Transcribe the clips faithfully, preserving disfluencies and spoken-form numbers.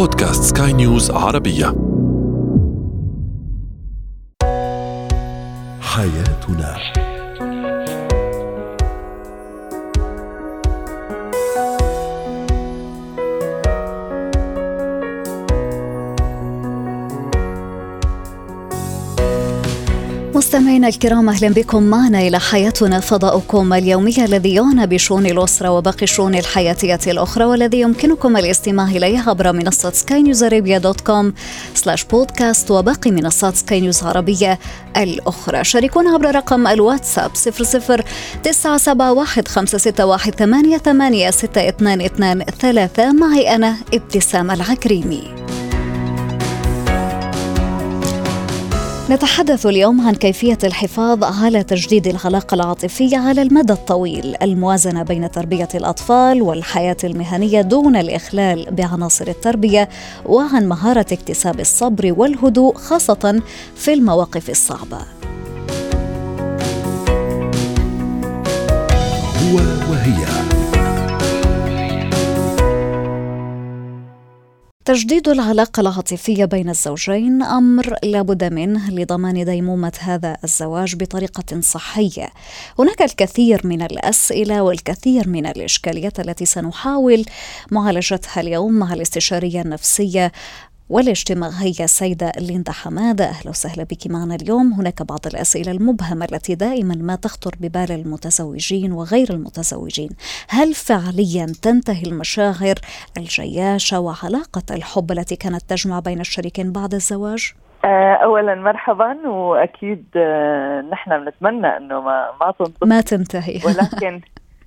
بودكاست سكاي نيوز عربية. حياتنا. مستمعينا الكرام، أهلا بكم معنا إلى حياتنا، فضاؤكم اليومي الذي يعنى بشؤون الأسرة وباقي الشؤون الحياتية الأخرى، والذي يمكنكم الاستماع إليه عبر منصة سكاي نيوز عربية دوت كوم سلاش بودكاست وباقي منصات سكاي نيوز عربية الأخرى. شاركونا عبر رقم الواتساب صفر صفر تسعة سبعة واحد خمسة ستة واحد ثمانية ثمانية ستة اثنان اثنان ثلاثة. معي أنا ابتسام العكريمي. نتحدث اليوم عن كيفية الحفاظ على تجديد العلاقة العاطفية على المدى الطويل، الموازنة بين تربية الأطفال والحياة المهنية دون الإخلال بعناصر التربية، وعن مهارة اكتساب الصبر والهدوء خاصة في المواقف الصعبة. هو وهي. تجديد العلاقة العاطفية بين الزوجين أمر لابد منه لضمان ديمومة هذا الزواج بطريقة صحية. هناك الكثير من الأسئلة والكثير من الإشكاليات التي سنحاول معالجتها اليوم مع الاستشارية النفسية والاجتماعية السيدة ليندا حمادة. أهلا وسهلا بك معنا اليوم. هناك بعض الأسئلة المبهمة التي دائما ما تخطر ببال المتزوجين وغير المتزوجين: هل فعليا تنتهي المشاعر الجياشة وعلاقة الحب التي كانت تجمع بين الشريكين بعد الزواج؟ أولا مرحبا، وأكيد نحن بنتمنى أنه ما ما تنتهي ما تنتهي ولكن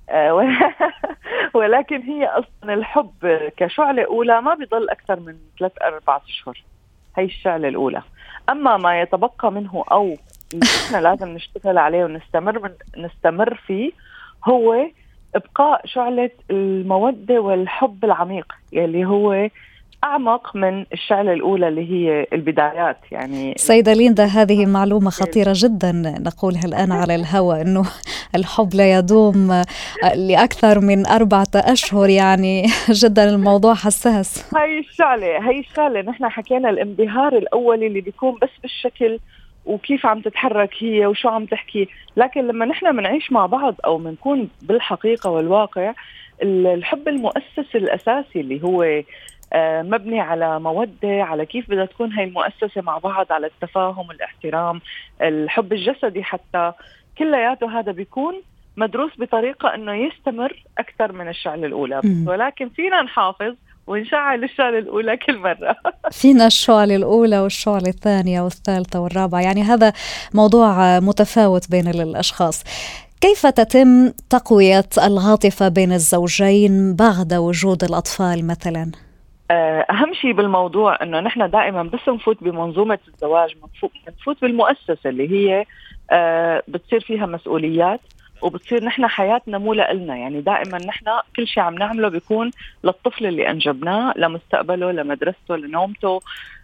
ولكن هي أصلا الحب كشعلة أولى ما بيضل أكثر من ثلاث أربعة أشهر. هي الشعلة الأولى. أما ما يتبقى منه أو نحن لازم نشتغل عليه ونستمر من نستمر فيه هو إبقاء شعلة المودة والحب العميق يلي هو أعمق من الشعلة الأولى اللي هي البدايات. يعني سيدة ليندا، هذه معلومة خطيرة جدا نقولها الآن على الهواء، أنه الحب لا يدوم لأكثر من أربعة أشهر. يعني جدا الموضوع حساس. هاي الشعلة هاي الشعلة نحن حكينا الانبهار الأولي اللي بيكون بس بالشكل وكيف عم تتحرك هي وشو عم تحكي، لكن لما نحن منعيش مع بعض أو منكون بالحقيقة والواقع، الحب المؤسس الأساسي اللي هو مبني على مودة، على كيف بدها تكون هاي المؤسسة مع بعض، على التفاهم، الاحترام، الحب الجسدي حتى، كلياته هذا بيكون مدروس بطريقة أنه يستمر أكثر من الشعلة الأولى. ولكن فينا نحافظ ونشعل الشعلة الأولى كل مرة. فينا الشعلة الأولى والشعلة الثانية والثالثة والرابعة، يعني هذا موضوع متفاوت بين الأشخاص. كيف تتم تقوية العاطفة بين الزوجين بعد وجود الأطفال مثلاً؟ أهم شيء بالموضوع أنه نحن دائما بس نفوت بمنظومة الزواج، نفوت بالمؤسسة اللي هي بتصير فيها مسؤوليات وبتصير نحن حياتنا مو لنا. يعني دائما نحن كل شيء عم نعمله بيكون للطفل اللي أنجبناه، لمستقبله، لمدرسته، لنومته،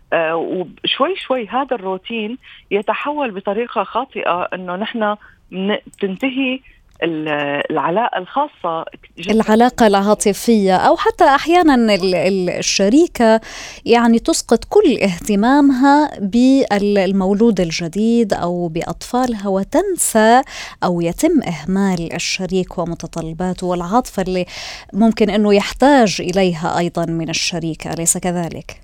وشوي شوي هذا الروتين يتحول بطريقة خاطئة أنه نحن تنتهي العلاقة الخاصة، العلاقة العاطفية، أو حتى أحيانا الشريكة يعني تسقط كل اهتمامها بالمولود الجديد أو بأطفالها وتنسى أو يتم إهمال الشريك ومتطلباته والعاطفة اللي ممكن أنه يحتاج إليها أيضا من الشريك، أليس كذلك؟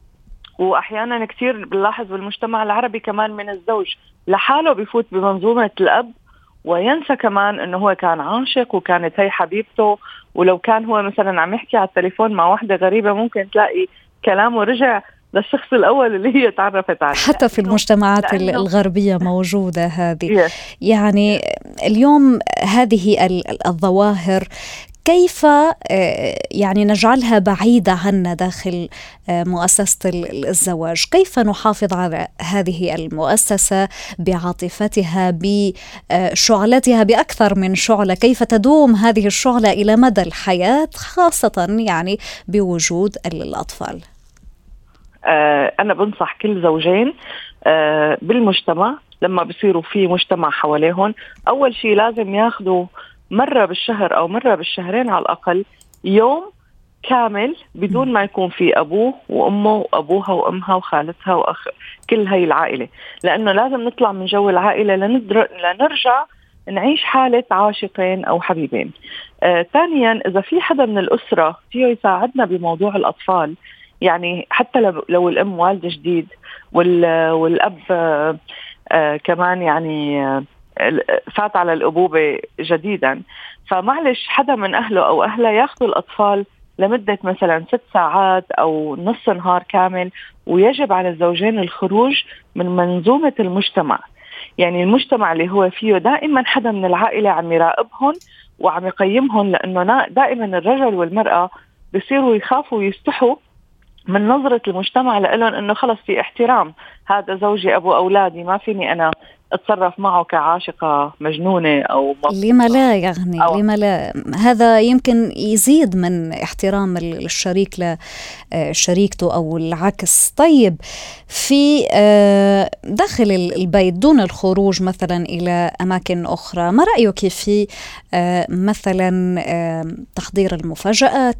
وأحيانا كتير بنلاحظ بالمجتمع العربي كمان من الزوج لحاله بيفوت بمنظومة الأب وينسى كمان انه هو كان عاشق وكانت هي حبيبته، ولو كان هو مثلا عم يحكي على التليفون مع واحدة غريبة ممكن تلاقي كلامه رجع للشخص الأول اللي هي تعرفت عليه. حتى في المجتمعات الغربية موجودة هذه. يعني اليوم هذه الظواهر كيف يعني نجعلها بعيدة عنا داخل مؤسسة الزواج؟ كيف نحافظ على هذه المؤسسة بعاطفتها، بشعلتها، بأكثر من شعلة؟ كيف تدوم هذه الشعلة إلى مدى الحياة، خاصة يعني بوجود الأطفال؟ أنا بنصح كل زوجين بالمجتمع لما بيصيروا في مجتمع حواليهم، أول شيء لازم ياخدوا مرة بالشهر أو مرة بالشهرين على الأقل يوم كامل بدون ما يكون في أبوه وأمه وأبوها وأمها وخالتها وأخ، كل هاي العائلة، لأنه لازم نطلع من جو العائلة لندر... لنرجع نعيش حالة عاشقين أو حبيبين. آه، ثانيا إذا في حدا من الأسرة فيه يساعدنا بموضوع الأطفال، يعني حتى لو, لو الأم والدة جديد وال... والأب آه آه كمان يعني آه فات على الأبوبة جديدا، فمعلش حدا من أهله أو أهله ياخذوا الأطفال لمدة مثلا ست ساعات أو نص نهار كامل، ويجب على الزوجين الخروج من منظومة المجتمع. يعني المجتمع اللي هو فيه دائما حدا من العائلة عم يراقبهم وعم يقيمهم، لأنه دائما الرجل والمرأة بيصيروا يخافوا ويستحوا من نظرة المجتمع لهم إنه خلص في احترام، هذا زوجي أبو أولادي، ما فيني أنا أتصرف معه كعاشقة مجنونة أو لما لا يعني أو لما لا. هذا يمكن يزيد من احترام الشريك لشريكته أو العكس. طيب في داخل البيت دون الخروج مثلا إلى أماكن أخرى، ما رأيك في مثلا تحضير المفاجآت،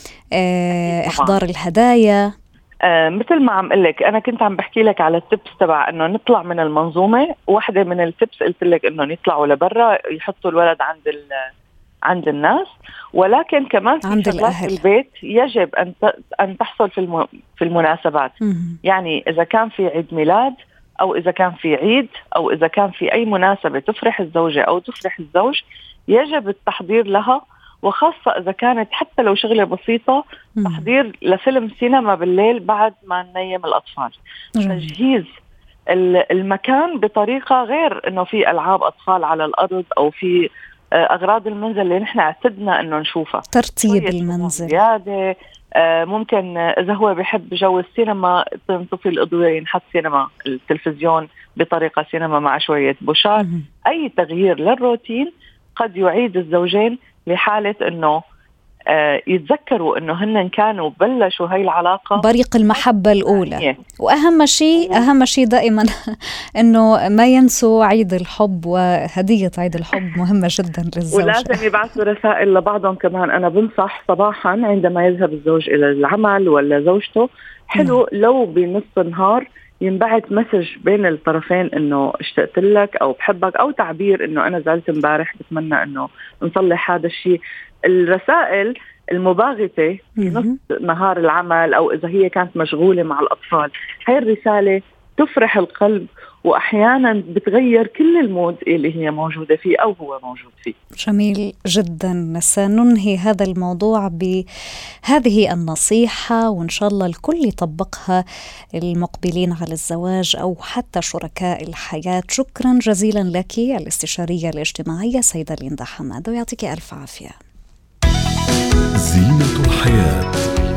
إحضار الهدايا؟ آه مثل ما عم قلك أنا كنت عم بحكي لك على التبس تبع إنه نطلع من المنظومة. واحدة من التبس قلت لك إنه يطلعوا لبرا يحطوا الولد عند عند الناس، ولكن كمان في عند شغلات الأهل البيت يجب أن أن تحصل في الم في المناسبات. م- يعني إذا كان في عيد ميلاد أو إذا كان في عيد أو إذا كان في أي مناسبة تفرح الزوجة أو تفرح الزوج، يجب التحضير لها، وخاصة إذا كانت حتى لو شغلة بسيطة، تحضير لفيلم سينما بالليل بعد ما ننيم الأطفال، تجهيز المكان بطريقة غير إنه في ألعاب أطفال على الأرض أو في أغراض المنزل اللي نحن اعتدنا إنه نشوفها، ترتيب المنزل زيادة. ممكن إذا هو بيحب جو السينما تنطفي الأضوية، ينحط سينما التلفزيون بطريقة سينما مع شوية بوشات. أي تغيير للروتين قد يعيد الزوجين لحالة إنه آه يتذكروا إنه هن كانوا بلشوا هاي العلاقة بريق المحبة الأولى. وأهم شيء أهم شيء دائما إنه ما ينسوا عيد الحب، وهدية عيد الحب مهمة جدا للزوج. ولازم يبعثوا رسائل لبعضهم كمان. أنا بنصح صباحا عندما يذهب الزوج إلى العمل ولا زوجته، حلو م. لو بنص النهار ينبعث مسج بين الطرفين إنه اشتقت لك أو بحبك، أو تعبير إنه أنا زعلت امبارح بتمنى إنه نصلح هذا الشيء. الرسائل المباغتة في نص نهار العمل أو إذا هي كانت مشغولة مع الأطفال، هاي الرسالة تفرح القلب وأحيانا بتغير كل المود اللي هي موجودة فيه أو هو موجود فيه. جميل جدا. سننهي هذا الموضوع بهذه النصيحة، وإن شاء الله الكل يطبقها، المقبلين على الزواج أو حتى شركاء الحياة. شكرا جزيلا لك الاستشارية الاجتماعية سيدة ليندا حماد، ويعطيك ألف عافية. زينة الحياة.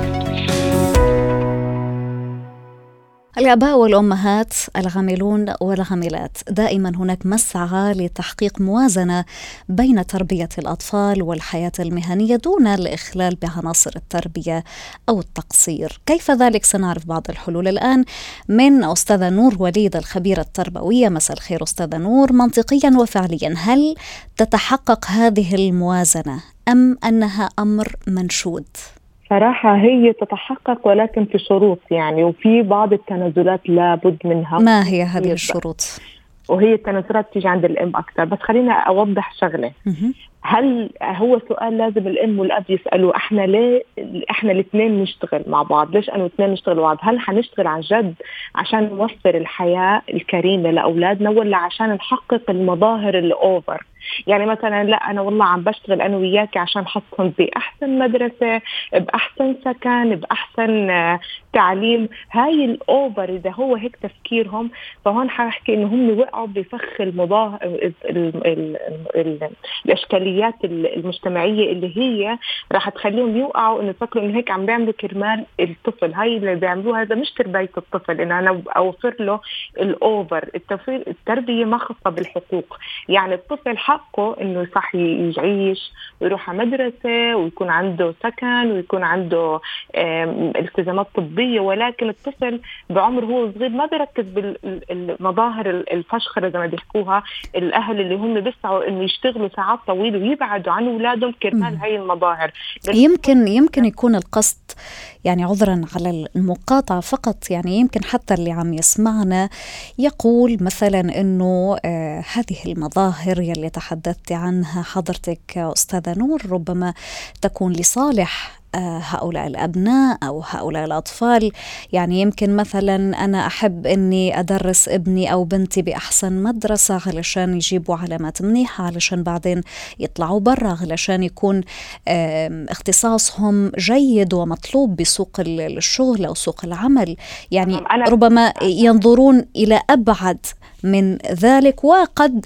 الآباء والأمهات، العاملون والعاملات، دائما هناك مسعى لتحقيق موازنة بين تربية الأطفال والحياة المهنية دون الإخلال بعناصر التربية أو التقصير. كيف ذلك؟ سنعرف بعض الحلول الآن من أستاذة نور وليد الخبيرة التربوية. مساء الخير أستاذة نور. منطقيا وفعليا هل تتحقق هذه الموازنة أم أنها أمر منشود؟ صراحة هي تتحقق ولكن في شروط يعني، وفي بعض التنازلات لابد منها. ما هي هذه الشروط؟ وهي التنازلات تيجي عند الأم أكثر. بس خلينا أوضح شغلة. هل هو سؤال لازم الأم والأب يسألوا إحنا ليه إحنا الاثنين نشتغل مع بعض؟ ليش أنا الاثنين نشتغل مع بعض؟ هل حنشتغل عن جد عشان نوفر الحياة الكريمة لأولادنا، ولا عشان نحقق المظاهر الأوفر؟ يعني مثلا لا أنا والله عم بشتغل أنا وياك عشان حطهم بأحسن مدرسة، بأحسن سكن، بأحسن تعليم. هاي الأوفر إذا هو هيك تفكيرهم، فهون حاحكي إنه هم وقعوا بفخ المظاهر ال ال ال ال الإشكاليات المجتمعية اللي هي راح تخليهم يوقعوا إنه يفكروا إنه هيك عم بيعملوا كرمال الطفل. هاي اللي بيعملوه هذا مش تربية الطفل، إن أنا أوفر له الأوفر. التربية ما خاصة بالحقوق، يعني الطفل حق حقه إنه صح يعيش ويروح على مدرسة ويكون عنده سكن ويكون عنده التزامات طبية، ولكن الطفل بعمر هو صغير ما بيركز بالمظاهر الفشخرة زي ما بيحكوها الأهل اللي هم بيسعوا إنه يشتغلوا ساعات طويلة ويبعدوا عن أولادهم كرمال هاي المظاهر. يمكن يمكن يكون القصد، يعني عذرا على المقاطعة فقط، يعني يمكن حتى اللي عم يسمعنا يقول مثلا إنه آه هذه المظاهر يلي تحدثت عنها حضرتك أستاذة نور ربما تكون لصالح هؤلاء الأبناء أو هؤلاء الأطفال. يعني يمكن مثلا أنا أحب أني أدرس ابني أو بنتي بأحسن مدرسة علشان يجيبوا علامات منيحة، علشان بعدين يطلعوا برا، علشان يكون اختصاصهم جيد ومطلوب بسوق الشغل أو سوق العمل. يعني ربما ينظرون إلى أبعد من ذلك، وقد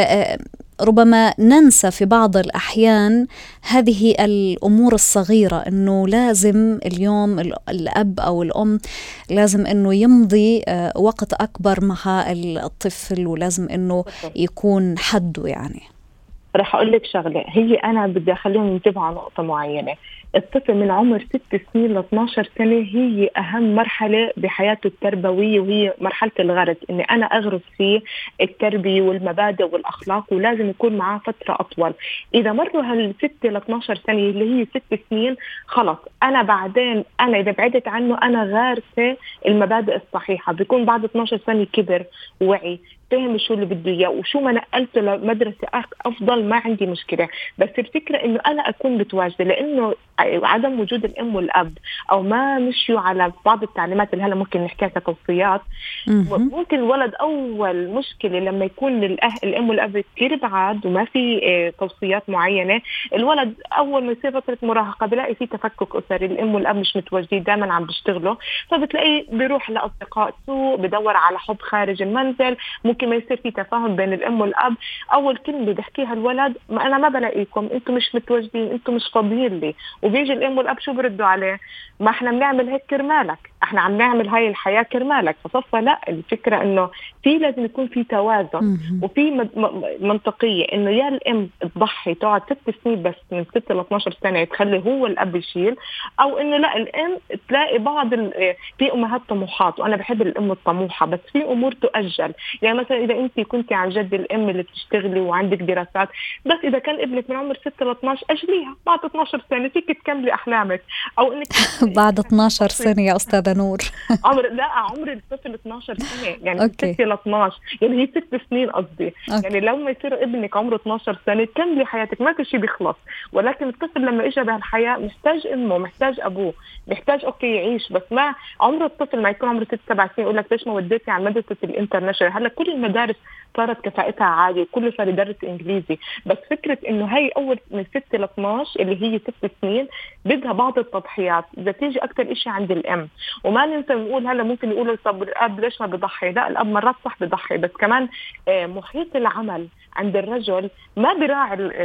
ربما ننسى في بعض الأحيان هذه الأمور الصغيرة، أنه لازم اليوم الأب أو الأم لازم أنه يمضي وقت أكبر مع الطفل، ولازم أنه يكون حده. يعني رح أقول لك شغلة، هي أنا بدي أخليهم ينتبهوا على نقطة معينة. الطفل من عمر ست سنين ل اثناشر سنة هي أهم مرحلة بحياته التربوية، وهي مرحلة الغرس، إني أنا أغرس فيه التربية والمبادئ والأخلاق، ولازم يكون معاه فترة أطول. إذا مروا هالست ل اثناشر سنة اللي هي ست سنين خلص، أنا بعدين أنا إذا بعدت عنه أنا غارسة المبادئ الصحيحة. بيكون بعد اثناشر سنة كبر وعي، فهم شو اللي بده إياه، وشو ما نقلته لمدرسة أفضل ما عندي مشكلة. بس الفكرة إنه أنا أكون متواجدة، لأنه عدم وجود الأم والأب أو ما مشيوا على بعض التعليمات اللي هلا ممكن نحكيها كتوصيات، ممكن الولد أول مشكلة لما يكون الأه... الأم والأب كتير بعاد وما في اه توصيات معينة، الولد أول ما يصير فترة مراهقة بلاقي في تفكك أسري، الأم والأب مش متواجدين، دائما عم بيشتغلوا، فبتلاقي بيروح لأصدقاء سوء، بدور على حب خارج المنزل، ممكن ما يصير في تفاهم بين الأم والأب. أول كلمة بحكيها الولد ما أنا ما بلاقيكم، أنتم مش متواجدين، أنتم مش فاضيين لي. وبيجي الأم والأب شو بردوا عليه؟ ما احنا بنعمل هيك كرمالك، احنا عم نعمل هاي الحياة كرمالك. فصفى لا، الفكرة انه في لازم يكون في توازن وفي منطقية، انه يا الأم تضحي تقعد ست سنين بس من ست ل اثناشر سنة تخلي هو الأب يشيل، او انه لا الأم تلاقي بعض في أمهات طموحات، وانا بحب الأم الطموحة، بس في امور تؤجل. يعني مثلا اذا انت كنتي عن جد الأم اللي بتشتغلي وعندك دراسات، بس اذا كان ابنك من عمر ستة ل اثناشر اجليها، بعد اثناشر سنة فيك تكملي احلامك. او انك بعد اثناشر سنة يا أستاذة نور عمر لا عمر الطفل اثناشر سنة، يعني ستة ل اثناشر، يعني هي ست سنين قصدي. يعني لو ما يصير ابنك عمره اثناشر سنة كملي حياتك، ما كل شيء بيخلص. ولكن الطفل لما اجى بهالحياة محتاج امه، محتاج ابوه، محتاج اوكي يعيش. بس ما عمر الطفل ما يكون عمره ست سبع سنين يقول لك ليش ما وديتي على مدرسة الانترناشونال. هلا كل المدارس صارت كفاءتها عالية، كله صار يدرس انجليزي، بس فكرة انه هاي اول من ستة ل اثناشر اللي هي ست سنين بدها بعض التضحيات. اذا تيجي اكثر اشي عند الام، وما ننسى نقول هلا ممكن يقولوا طب الاب ليش ما بيضحي؟ لا، الاب مرات صح بيضحي، بس كمان محيط العمل عند الرجل ما بيراعي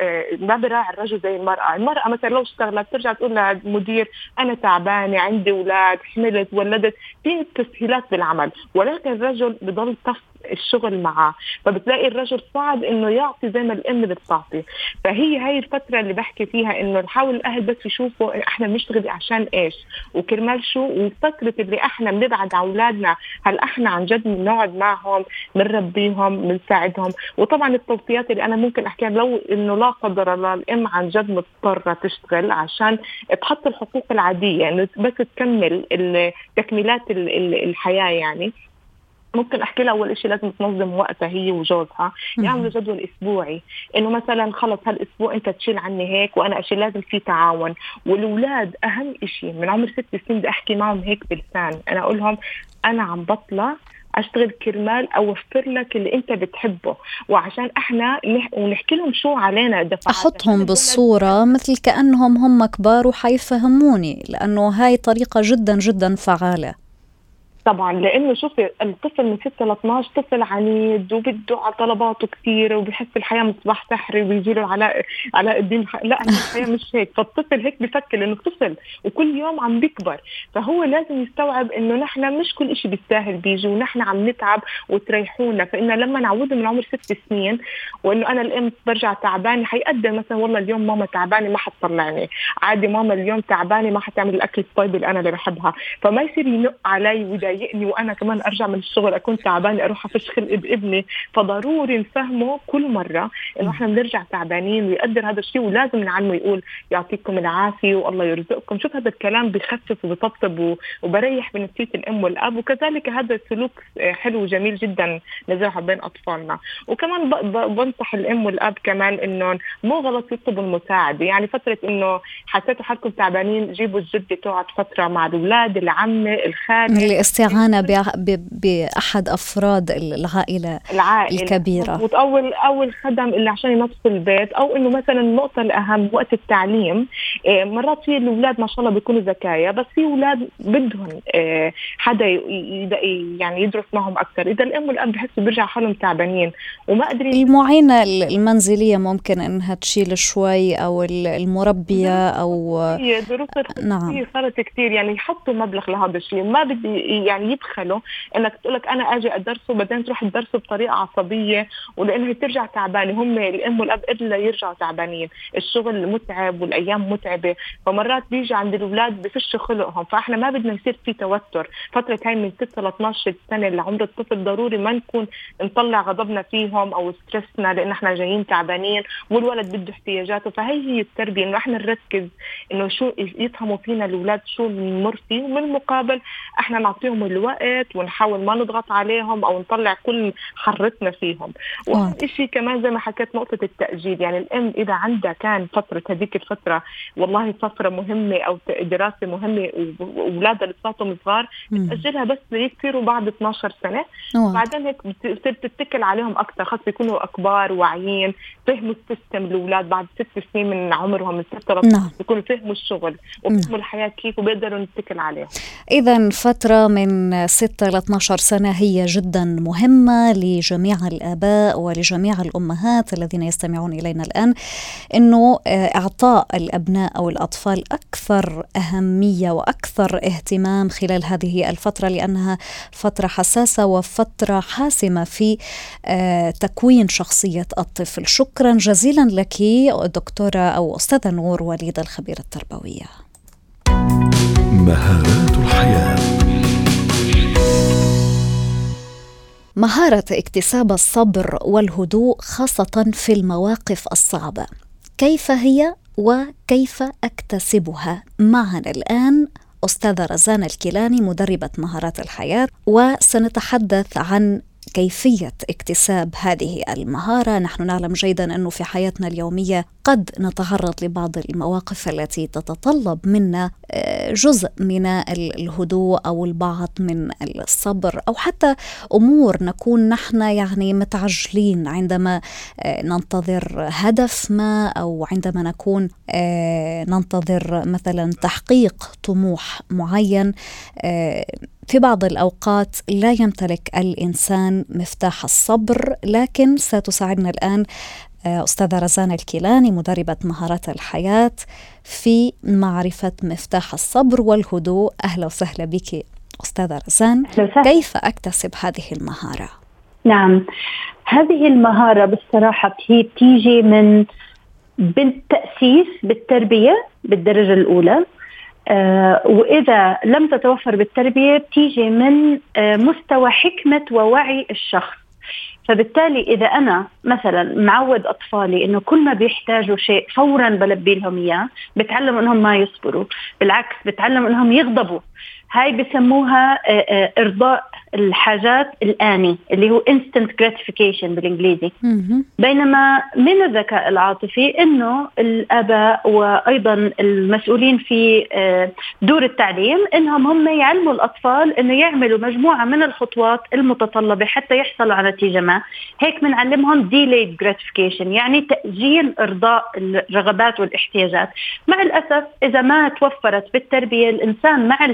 ما بيراعي الرجل زي المرأة. المرأة مثلا لو اشتغلت ترجع تقول للمدير أنا تعبانة، عندي أولاد، حملت، ولدت، في تسهيلات بالعمل، ولكن الرجل بضل طف الشغل معه، فبتلاقي الرجل صعب انه يعطي زي ما الام بتعطي. فهي هاي الفتره اللي بحكي فيها انه نحاول الاهل بس يشوفوا احنا بنشتغل عشان ايش وكرمال شو، وفتره اللي احنا بنبعد عن اولادنا هل احنا عن جد بنقعد معهم، بنربيهم، بنساعدهم. وطبعا التوصيات اللي انا ممكن احكيها لو انه لا قدر الله الام عن جد مضطره تشتغل عشان تحط الحقوق العاديه، يعني بس تكمل تكميلات الحياه، يعني ممكن احكي لها اول شيء لازم تنظم وقتها هي وجوزها، يعملوا جدول اسبوعي، انه مثلا خلص هالاسبوع انت تشيل عني هيك وانا اشيل، لازم في تعاون. والاولاد اهم شيء من عمر ست سنين بدي احكي معهم هيك بلسان، انا اقول لهم انا عم بطلع اشتغل كرمال اوفر لك اللي انت بتحبه، وعشان احنا نح... ونحكي لهم شو علينا دفعات، احطهم بالصوره مثل كانهم هم كبار وحيفهموني، لانه هاي طريقه جدا جدا فعاله. طبعا، لانه شوفي الطفل من ستة ل اثناشر طفل عنيد وبده على طلباته كثير وبحس الحياه مصباح سحري وبيجي له علاء علاء الدين. لا، الحياه مش هيك. فالطفل هيك بفكر انه طفل وكل يوم عم بيكبر، فهو لازم يستوعب انه نحن مش كل شيء بيستاهل بيجي ونحن عم نتعب وتريحونا. فإن لما نعوده من عمر ست سنين وانه انا الام برجع تعبانه، حيقدر مثلا والله اليوم ماما تعبانه ما حتطلعني، عادي ماما اليوم تعبانه ما حتعمل الاكل الطيب اللي انا اللي بحبها. فما يصير ينق علي ويضايقني وانا كمان ارجع من الشغل اكون تعبانه اروح افش خلق بابني. فضروري نفهمه كل مره انه احنا بنرجع تعبانين ويقدر هذا الشيء، ولازم نعلمه يقول يعطيكم العافيه والله يرزقكم. شوف هذا الكلام بخفف وبطبطب وبريح بنفسيه الام والاب، وكذلك هذا السلوك حلو وجميل جدا نزرعه بين اطفالنا. وكمان بنصح الام والاب كمان انه مو غلط يطلبوا المساعده. يعني فتره انه حسيتوا حالكم تعبانين جيبوا الجده تقعد فتره مع الاولاد، العمه، الخاله، الاستعانه باحد افراد العائله, العائلة الكبيره، وتأول اول خدم اللي عشان ينظف البيت. او انه مثلا النقطه الاهم وقت التعليم، مرات في الاولاد ما شاء الله بيكونوا ذكايا، بس في اولاد بدهم حدا يعني يدرس معهم اكثر. اذا الام والاب بحسوا بيرجع حالهم تعبانين وما قادرين، المعينه المنزليه ممكن انها تشيل شوي، او المربيه او هي دروس الخصوصيه صارت كثير. يعني يحطوا مبلغ لهذا الشيء، ما بدي يعني يبخلوا انك تقولك انا اجي ادرسه بعدين تروح تدرسه بطريقه عصبيه ولانه ترجع تعبانه. هم الام والاب الا يرجعوا تعبانين، الشغل متعب والايام متعبه، فمرات بيجي عند الاولاد بفش خلقهم. فاحنا ما بدنا يصير في توتر. فتره هاي من ستة ل اثناشر سنه لعمر الطفل ضروري ما نكون نطلع غضبنا فيهم او ستريسنا لان احنا جايين تعبانين والولد بده احتياجاته. فهي هي التربيه، انه احنا نركز انه شو يفهموا فينا الاولاد شو المر فيه، ومن المقابل احنا نعطيهم الوقت ونحاول ما نضغط عليهم او نطلع كل حرتنا فيهم. وشيء كمان زي ما حكيت نقطه التاجيل، يعني الام اذا عندها كان فتره هذيك الفتره والله فتره مهمه او دراسه مهمه واولادها لساتهم صغار، تاجلها بس ليصيروا بعد اثناشر سنه. بعدين هيك بتصير تتكل عليهم اكثر، خاصه يكونوا اكبار واعيين فهموا السيستم. الاولاد بعد ست سنين من عمرهم من ستة نعم. يكونوا فهموا الشغل وفهموا الحياه كيف وبيقدروا نتكل عليهم. اذا فتره من ستة ل اثناشر سنه هي جدا مهمه لجميع الاباء ولجميع الامهات الذين يستمعون الينا الان، انه اعطاء الابناء او الاطفال اكثر اهميه واكثر اهتمام خلال هذه الفتره، لانها فتره حساسه وفتره حاسمه في تكوين شخصيه الطفل. شكرا جزيلا لك دكتوره او استاذه نور وليد الخبيره التربويه. مهارات الحياه. مهارة اكتساب الصبر والهدوء خاصة في المواقف الصعبة، كيف هي وكيف أكتسبها؟ معنا الآن أستاذة رزان الكيلاني مدربة مهارات الحياة، وسنتحدث عن كيفية اكتساب هذه المهارة. نحن نعلم جيدا أنه في حياتنا اليومية قد نتعرض لبعض المواقف التي تتطلب منا جزء من الهدوء أو البعض من الصبر، أو حتى أمور نكون نحن يعني متعجلين عندما ننتظر هدف ما، أو عندما نكون ننتظر مثلا تحقيق طموح معين. في بعض الأوقات لا يمتلك الإنسان مفتاح الصبر، لكن ستساعدنا الآن أستاذة رزان الكيلاني مدربة مهارات الحياة في معرفة مفتاح الصبر والهدوء. أهلا وسهلا بك أستاذة رزان. كيف أكتسب هذه المهارة؟ نعم، هذه المهارة بالصراحة هي بتيجي من بالتأسيس بالتربية بالدرجة الأولى، آه وإذا لم تتوفر بالتربية بتيجي من آه مستوى حكمة ووعي الشخص. فبالتالي إذا أنا مثلا معود أطفالي إنه كل ما بيحتاجوا شيء فورا بلبي لهم إياه، بتعلم إنهم ما يصبروا، بالعكس بتعلم إنهم يغضبوا. هاي بسموها إرضاء الحاجات الآني اللي هو instant gratification بالإنجليزي. بينما من الذكاء العاطفي إنه الآباء وأيضا المسؤولين في دور التعليم إنهم هم يعلموا الأطفال إنه يعملوا مجموعة من الخطوات المتطلبة حتى يحصلوا على نتيجة ما. هيك بنعلمهم delayed gratification، يعني تأجيل إرضاء الرغبات والاحتياجات. مع الأسف إذا ما توفرت بالتربية الإنسان مع الحياة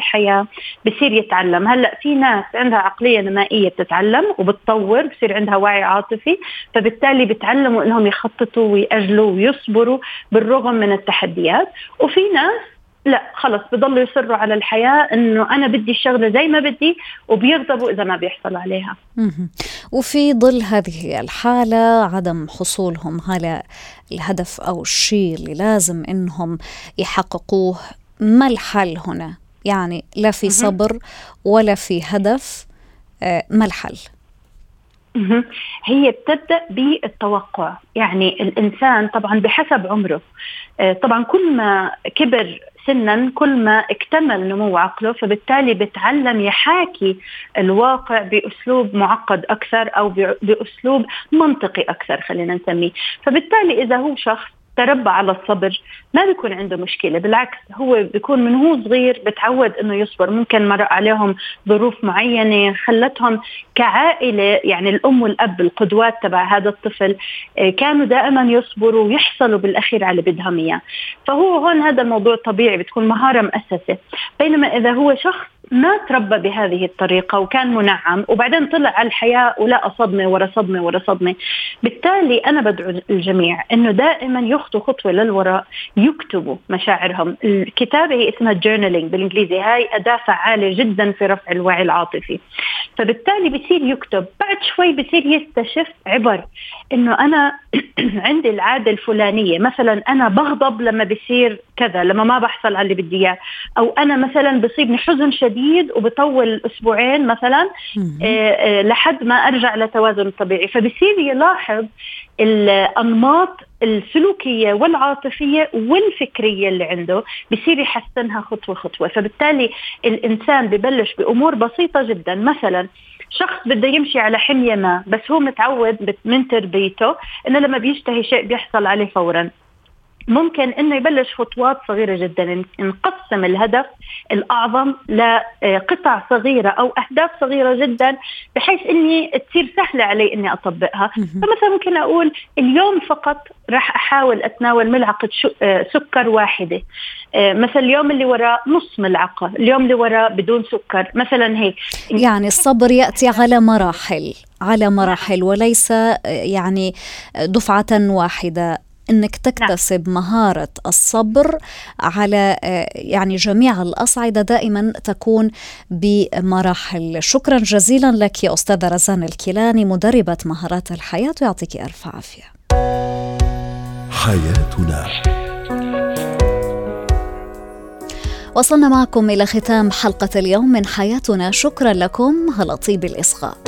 بصير يتعلم. هلأ في ناس عندها عقلية نمائية بتتعلم وبتطور، بصير عندها وعي عاطفي، فبالتالي بتعلموا إنهم يخططوا ويأجلوا ويصبروا بالرغم من التحديات. وفي ناس لا خلص بضلوا يصروا على الحياة إنه أنا بدي الشغلة زي ما بدي، وبيغضبوا إذا ما بيحصل عليها. وفي ظل هذه الحالة عدم حصولهم على الهدف أو الشيء اللي لازم إنهم يحققوه، ما الحل هنا؟ يعني لا في صبر ولا في هدف، ما الحل؟ هي بتبدأ بالتوقع. يعني الإنسان طبعا بحسب عمره، طبعا كل ما كبر سنا كل ما اكتمل نمو عقله، فبالتالي بتعلم يحاكي الواقع بأسلوب معقد أكثر أو بأسلوب منطقي أكثر خلينا نسميه. فبالتالي إذا هو شخص تربى على الصبر ما بيكون عنده مشكلة، بالعكس هو بيكون من هو صغير بتعود انه يصبر. ممكن مر عليهم ظروف معينة خلتهم كعائلة، يعني الام والاب القدوات تبع هذا الطفل كانوا دائما يصبروا ويحصلوا بالاخير على بدهم اياه، فهو هون هذا الموضوع طبيعي بتكون مهارة مؤسسة. بينما اذا هو شخص ما تربى بهذه الطريقة وكان منعم وبعدين طلع على الحياة ولا صدمة ورا صدمة ورا صدمة، بالتالي أنا بدعو الجميع أنه دائما يخطوا خطوة للوراء، يكتبوا مشاعرهم. الكتابة هي اسمها journaling بالإنجليزي، هاي أداة فعالة جدا في رفع الوعي العاطفي. فبالتالي بصير يكتب، بعد شوي بصير يستشف عبر أنه أنا عندي العادة الفلانية، مثلا أنا بغضب لما بصير كذا، لما ما بحصل على اللي بدي إياه، أو أنا مثلا بصيبني حزن شديد وبطول أسبوعين مثلا آه آه لحد ما أرجع لتوازن الطبيعي. فبصير يلاحظ الأنماط السلوكية والعاطفية والفكرية اللي عنده، بصير يحسنها خطوة خطوة. فبالتالي الإنسان ببلش بأمور بسيطة جدا. مثلا شخص بده يمشي على حمية ما، بس هو متعود من تربيته إنه لما بيشتهي شيء بيحصل عليه فورا. ممكن إنه يبلش خطوات صغيرة جدا، نقسم الهدف الأعظم لقطع صغيرة أو أهداف صغيرة جدا بحيث إني تصير سهلة علي إني أطبقها. فمثلا ممكن أقول اليوم فقط راح أحاول أتناول ملعقة سكر واحدة، مثلا اليوم اللي وراء نص ملعقة، اليوم اللي وراء بدون سكر، مثلا هيك. يعني الصبر يأتي على مراحل على مراحل وليس يعني دفعة واحدة، إنك تكتسب مهارة الصبر على يعني جميع الأصعدة دائما تكون بمراحل. شكرا جزيلا لك يا أستاذة رزان الكيلاني، مدربة مهارات الحياة، ويعطيك ألف عافية. حياتنا. وصلنا معكم إلى ختام حلقة اليوم من حياتنا. شكرا لكم على طيب الإصغاء.